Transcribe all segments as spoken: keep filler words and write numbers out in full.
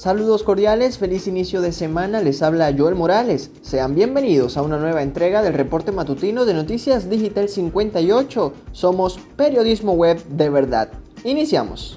Saludos cordiales, feliz inicio de semana, les habla Joel Morales. Sean bienvenidos a una nueva entrega del reporte matutino de Noticias Digital cincuenta y ocho. Somos periodismo web de verdad. Iniciamos.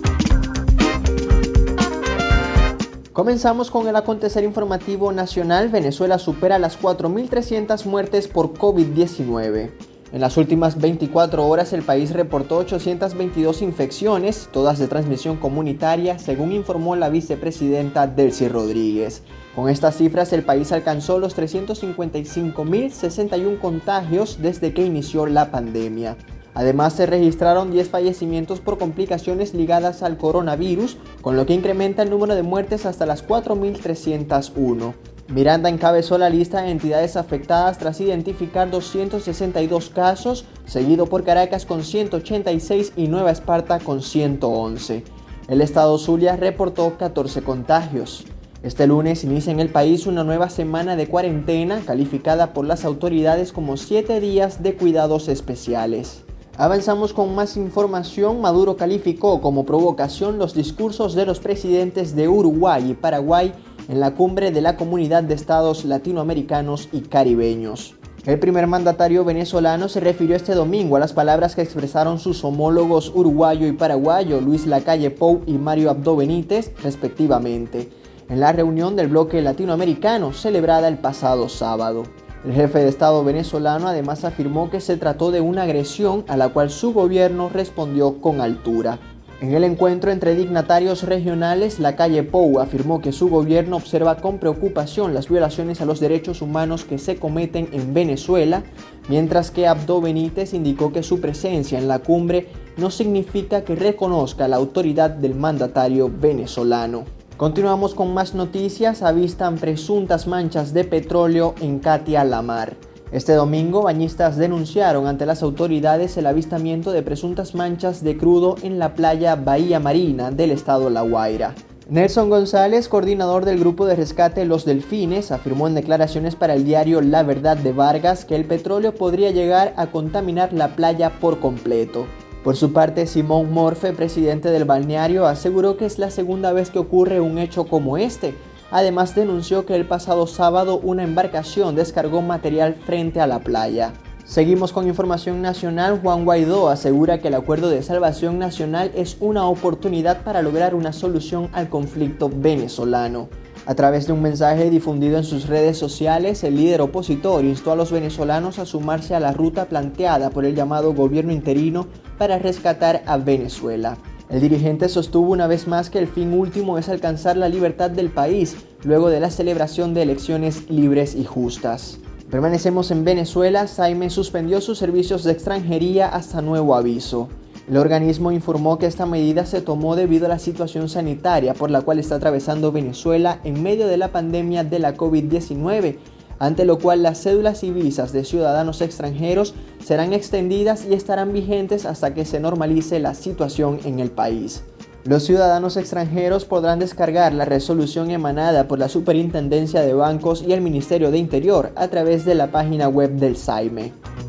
Comenzamos con el acontecer informativo nacional. Venezuela supera las cuatro mil trescientas muertes por COVID diecinueve. En las últimas veinticuatro horas el país reportó ochocientas veintidós infecciones, todas de transmisión comunitaria, según informó la vicepresidenta Delcy Rodríguez. Con estas cifras el país alcanzó los trescientos cincuenta y cinco mil sesenta y uno contagios desde que inició la pandemia. Además se registraron diez fallecimientos por complicaciones ligadas al coronavirus, con lo que incrementa el número de muertes hasta las cuatro mil trescientos uno. Miranda encabezó la lista de entidades afectadas tras identificar doscientos sesenta y dos casos, seguido por Caracas con ciento ochenta y seis y Nueva Esparta con ciento once. El estado Zulia reportó catorce contagios. Este lunes inicia en el país una nueva semana de cuarentena, calificada por las autoridades como siete días de cuidados especiales. Avanzamos con más información. Maduro calificó como provocación los discursos de los presidentes de Uruguay y Paraguay en la cumbre de la Comunidad de Estados Latinoamericanos y Caribeños. El primer mandatario venezolano se refirió este domingo a las palabras que expresaron sus homólogos uruguayo y paraguayo, Luis Lacalle Pou y Mario Abdo Benítez, respectivamente, en la reunión del bloque latinoamericano celebrada el pasado sábado. El jefe de Estado venezolano además afirmó que se trató de una agresión a la cual su gobierno respondió con altura. En el encuentro entre dignatarios regionales, Lacalle Pou afirmó que su gobierno observa con preocupación las violaciones a los derechos humanos que se cometen en Venezuela, mientras que Abdo Benítez indicó que su presencia en la cumbre no significa que reconozca la autoridad del mandatario venezolano. Continuamos con más noticias. Avistan presuntas manchas de petróleo en Catia la Mar. Este domingo, bañistas denunciaron ante las autoridades el avistamiento de presuntas manchas de crudo en la playa Bahía Marina del estado La Guaira. Nelson González, coordinador del grupo de rescate Los Delfines, afirmó en declaraciones para el diario La Verdad de Vargas que el petróleo podría llegar a contaminar la playa por completo. Por su parte, Simón Morfe, presidente del balneario, aseguró que es la segunda vez que ocurre un hecho como este. Además denunció que el pasado sábado una embarcación descargó material frente a la playa. Seguimos con información nacional. Juan Guaidó asegura que el Acuerdo de Salvación Nacional es una oportunidad para lograr una solución al conflicto venezolano. A través de un mensaje difundido en sus redes sociales, el líder opositor instó a los venezolanos a sumarse a la ruta planteada por el llamado gobierno interino para rescatar a Venezuela. El dirigente sostuvo una vez más que el fin último es alcanzar la libertad del país, luego de la celebración de elecciones libres y justas. Permanecemos en Venezuela. Saime suspendió sus servicios de extranjería hasta nuevo aviso. El organismo informó que esta medida se tomó debido a la situación sanitaria por la cual está atravesando Venezuela en medio de la pandemia de la COVID diecinueve, ante lo cual las cédulas y visas de ciudadanos extranjeros serán extendidas y estarán vigentes hasta que se normalice la situación en el país. Los ciudadanos extranjeros podrán descargar la resolución emanada por la Superintendencia de Bancos y el Ministerio de Interior a través de la página web del Saime.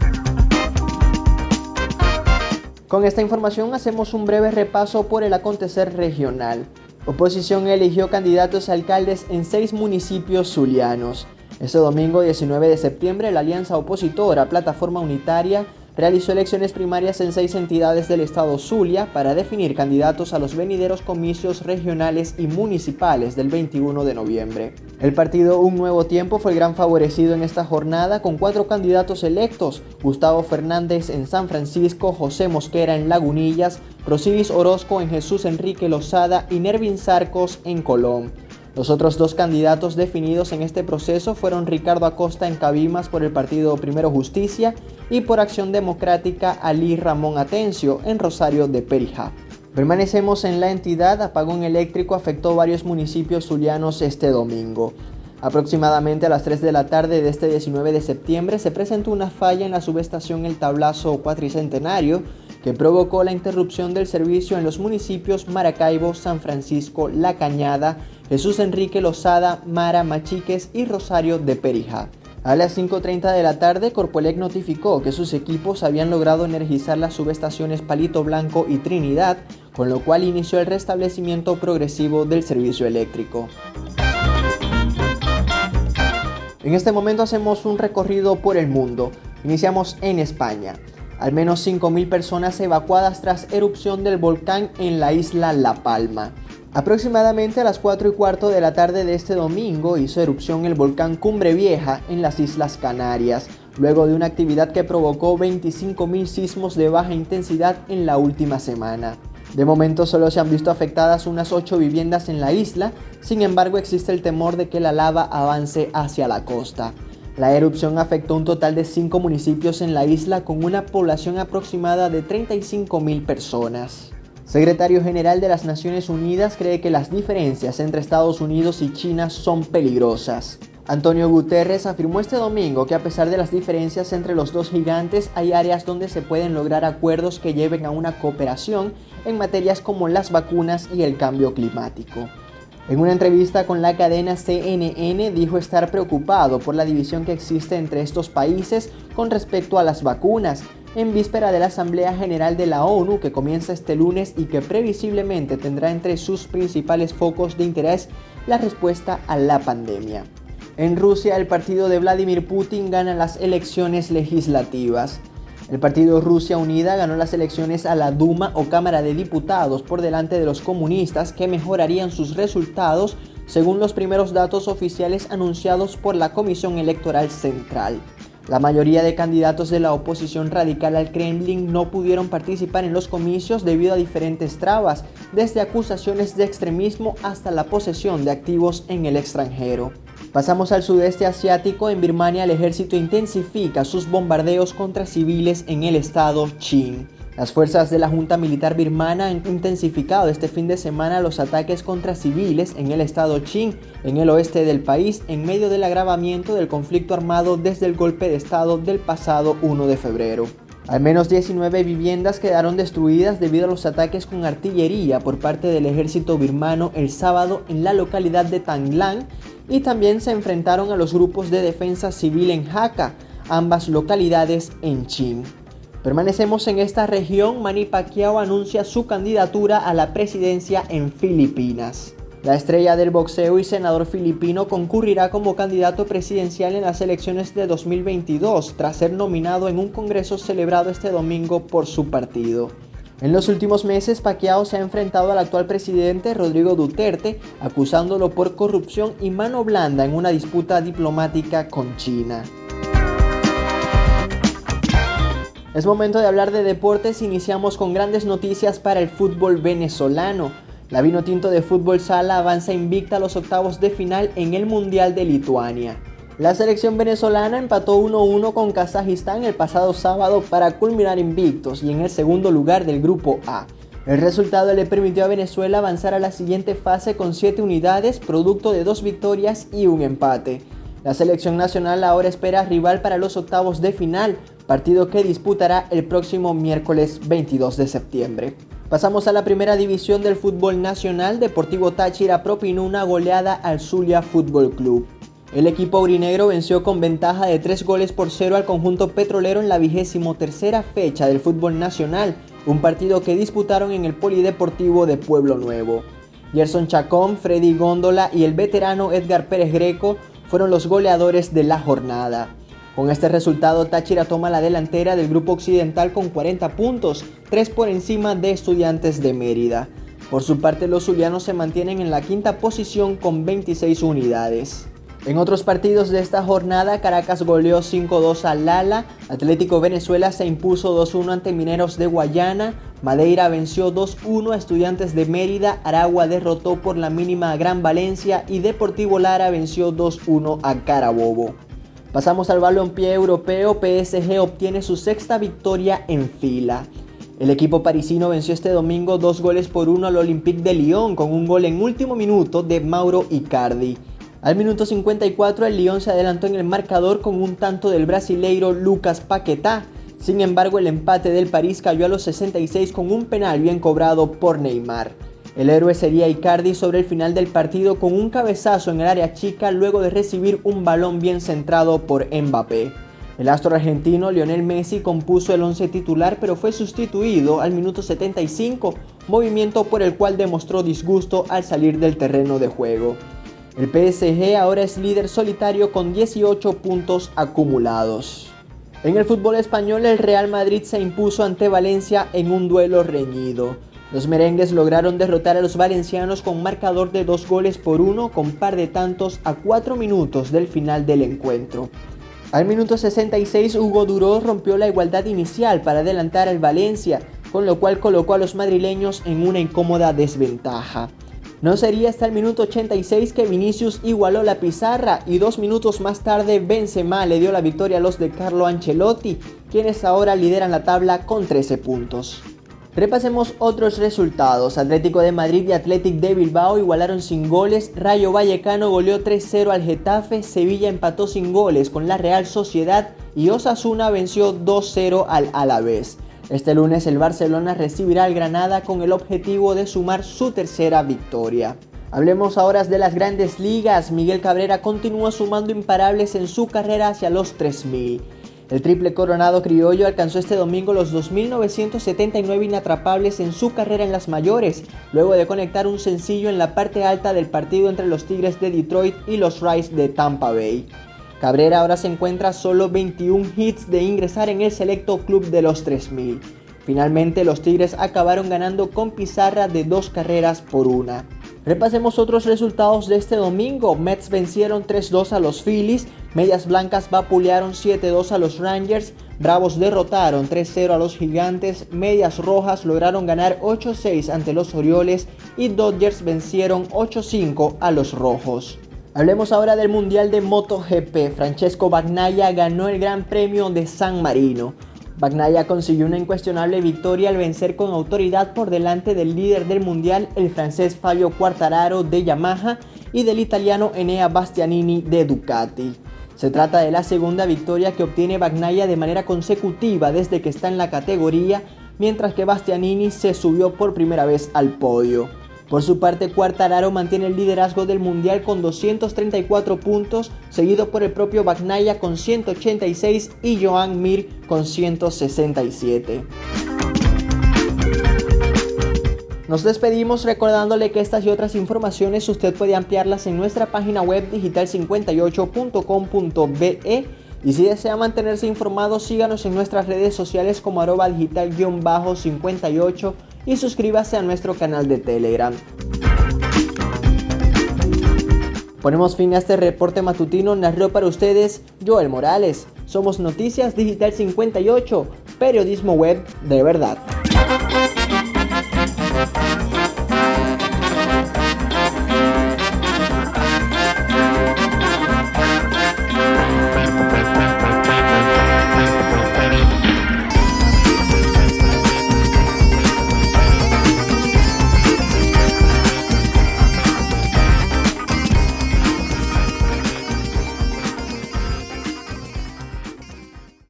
Con esta información hacemos un breve repaso por el acontecer regional. Oposición eligió candidatos a alcaldes en seis municipios zulianos. Este domingo diecinueve de septiembre, la alianza opositora Plataforma Unitaria realizó elecciones primarias en seis entidades del estado Zulia para definir candidatos a los venideros comicios regionales y municipales del veintiuno de noviembre. El partido Un Nuevo Tiempo fue el gran favorecido en esta jornada con cuatro candidatos electos: Gustavo Fernández en San Francisco, José Mosquera en Lagunillas, Rosiris Orozco en Jesús Enrique Lozada y Nervin Sarcos en Colón. Los otros dos candidatos definidos en este proceso fueron Ricardo Acosta en Cabimas por el partido Primero Justicia y por Acción Democrática Ali Ramón Atencio en Rosario de Perijá. Permanecemos en la entidad. Apagón eléctrico afectó varios municipios zulianos este domingo. Aproximadamente a las tres de la tarde de este diecinueve de septiembre se presentó una falla en la subestación El Tablazo Cuatricentenario que provocó la interrupción del servicio en los municipios Maracaibo, San Francisco, La Cañada, Jesús Enrique Lozada, Mara, Machiques y Rosario de Perijá. A las cinco y treinta de la tarde, Corpoelec notificó que sus equipos habían logrado energizar las subestaciones Palito Blanco y Trinidad, con lo cual inició el restablecimiento progresivo del servicio eléctrico. En este momento hacemos un recorrido por el mundo. Iniciamos en España. Al menos cinco mil personas evacuadas tras erupción del volcán en la isla La Palma. Aproximadamente a las cuatro y cuarto de la tarde de este domingo hizo erupción el volcán Cumbre Vieja en las Islas Canarias, luego de una actividad que provocó veinticinco mil sismos de baja intensidad en la última semana. De momento solo se han visto afectadas unas ocho viviendas en la isla, sin embargo existe el temor de que la lava avance hacia la costa. La erupción afectó un total de cinco municipios en la isla con una población aproximada de treinta y cinco mil personas. Secretario General de las Naciones Unidas cree que las diferencias entre Estados Unidos y China son peligrosas. Antonio Guterres afirmó este domingo que a pesar de las diferencias entre los dos gigantes, hay áreas donde se pueden lograr acuerdos que lleven a una cooperación en materias como las vacunas y el cambio climático. En una entrevista con la cadena C N N dijo estar preocupado por la división que existe entre estos países con respecto a las vacunas, en víspera de la Asamblea General de la ONU que comienza este lunes y que previsiblemente tendrá entre sus principales focos de interés la respuesta a la pandemia. En Rusia, el partido de Vladimir Putin gana las elecciones legislativas. El partido Rusia Unida ganó las elecciones a la Duma o Cámara de Diputados por delante de los comunistas, que mejorarían sus resultados según los primeros datos oficiales anunciados por la Comisión Electoral Central. La mayoría de candidatos de la oposición radical al Kremlin no pudieron participar en los comicios debido a diferentes trabas, desde acusaciones de extremismo hasta la posesión de activos en el extranjero. Pasamos al sudeste asiático. En Birmania, el ejército intensifica sus bombardeos contra civiles en el estado Chin. Las fuerzas de la Junta Militar birmana han intensificado este fin de semana los ataques contra civiles en el estado Chin, en el oeste del país, en medio del agravamiento del conflicto armado desde el golpe de estado del pasado primero de febrero. Al menos diecinueve viviendas quedaron destruidas debido a los ataques con artillería por parte del ejército birmano el sábado en la localidad de Tanglang, y también se enfrentaron a los grupos de defensa civil en Hakka, ambas localidades en Chin. Permanecemos en esta región. Manny Pacquiao anuncia su candidatura a la presidencia en Filipinas. La estrella del boxeo y senador filipino concurrirá como candidato presidencial en las elecciones de dos mil veintidós, tras ser nominado en un congreso celebrado este domingo por su partido. En los últimos meses, Pacquiao se ha enfrentado al actual presidente Rodrigo Duterte, acusándolo por corrupción y mano blanda en una disputa diplomática con China. Es momento de hablar de deportes. Iniciamos con grandes noticias para el fútbol venezolano. La Vinotinto de Fútbol Sala avanza invicta a los octavos de final en el Mundial de Lituania. La selección venezolana empató uno a uno con Kazajistán el pasado sábado para culminar invictos y en el segundo lugar del Grupo A. El resultado le permitió a Venezuela avanzar a la siguiente fase con siete unidades, producto de dos victorias y un empate. La selección nacional ahora espera rival para los octavos de final, partido que disputará el próximo miércoles veintidós de septiembre. Pasamos a la primera división del fútbol nacional. Deportivo Táchira propinó una goleada al Zulia Fútbol Club. El equipo aurinegro venció con ventaja de tres goles por cero al conjunto petrolero en la vigésimo tercera fecha del fútbol nacional, un partido que disputaron en el Polideportivo de Pueblo Nuevo. Gerson Chacón, Freddy Góndola y el veterano Edgar Pérez Greco fueron los goleadores de la jornada. Con este resultado, Táchira toma la delantera del grupo occidental con cuarenta puntos, tres por encima de Estudiantes de Mérida. Por su parte, los zulianos se mantienen en la quinta posición con veintiséis unidades. En otros partidos de esta jornada, Caracas goleó cinco a dos al Lala, Atlético Venezuela se impuso dos a uno ante Mineros de Guayana, Madeira venció dos a uno a Estudiantes de Mérida, Aragua derrotó por la mínima a Gran Valencia y Deportivo Lara venció dos a uno a Carabobo. Pasamos al balompié europeo. P S G obtiene su sexta victoria en fila. El equipo parisino venció este domingo dos goles por uno al Olympique de Lyon con un gol en último minuto de Mauro Icardi. Al minuto cincuenta y cuatro el Lyon se adelantó en el marcador con un tanto del brasileiro Lucas Paquetá. Sin embargo, el empate del París cayó a los sesenta y seis con un penal bien cobrado por Neymar. El héroe sería Icardi sobre el final del partido con un cabezazo en el área chica luego de recibir un balón bien centrado por Mbappé. El astro argentino Lionel Messi compuso el once titular, pero fue sustituido al minuto setenta y cinco, movimiento por el cual demostró disgusto al salir del terreno de juego. El P S G ahora es líder solitario con dieciocho puntos acumulados. En el fútbol español, el Real Madrid se impuso ante Valencia en un duelo reñido. Los merengues lograron derrotar a los valencianos con marcador de dos goles por uno con par de tantos a cuatro minutos del final del encuentro. Al minuto sesenta y seis, Hugo Duro rompió la igualdad inicial para adelantar al Valencia, con lo cual colocó a los madrileños en una incómoda desventaja. No sería hasta el minuto ochenta y seis que Vinicius igualó la pizarra y dos minutos más tarde Benzema le dio la victoria a los de Carlo Ancelotti, quienes ahora lideran la tabla con trece puntos. Repasemos otros resultados. Atlético de Madrid y Athletic de Bilbao igualaron sin goles, Rayo Vallecano goleó tres cero al Getafe, Sevilla empató sin goles con la Real Sociedad y Osasuna venció dos cero al Alavés. Este lunes el Barcelona recibirá al Granada con el objetivo de sumar su tercera victoria. Hablemos ahora de las grandes ligas. Miguel Cabrera continúa sumando imparables en su carrera hacia los tres mil. El triple coronado criollo alcanzó este domingo los dos mil novecientos setenta y nueve inatrapables en su carrera en las mayores, luego de conectar un sencillo en la parte alta del partido entre los Tigres de Detroit y los Rays de Tampa Bay. Cabrera ahora se encuentra a solo veintiún hits de ingresar en el selecto club de los tres mil. Finalmente los Tigres acabaron ganando con pizarra de dos carreras por una. Repasemos otros resultados de este domingo. Mets vencieron tres dos a los Phillies, Medias Blancas vapulearon siete dos a los Rangers, Bravos derrotaron tres cero a los Gigantes, Medias Rojas lograron ganar ocho seis ante los Orioles y Dodgers vencieron ocho cinco a los Rojos. Hablemos ahora del Mundial de MotoGP. Francesco Bagnaia ganó el Gran Premio de San Marino. Bagnaia consiguió una incuestionable victoria al vencer con autoridad por delante del líder del mundial, el francés Fabio Quartararo de Yamaha, y del italiano Enea Bastianini de Ducati. Se trata de la segunda victoria que obtiene Bagnaia de manera consecutiva desde que está en la categoría, mientras que Bastianini se subió por primera vez al podio. Por su parte, Quartararo mantiene el liderazgo del mundial con doscientos treinta y cuatro puntos, seguido por el propio Bagnaia con ciento ochenta y seis y Joan Mir con ciento sesenta y siete. Nos despedimos recordándole que estas y otras informaciones usted puede ampliarlas en nuestra página web digital cincuenta y ocho punto com punto be, y si desea mantenerse informado, síganos en nuestras redes sociales como arroba digital guión bajo cincuenta y ocho y suscríbase a nuestro canal de Telegram. Ponemos fin a este reporte matutino, narró para ustedes Joel Morales. Somos Noticias Digital cincuenta y ocho, periodismo web de verdad.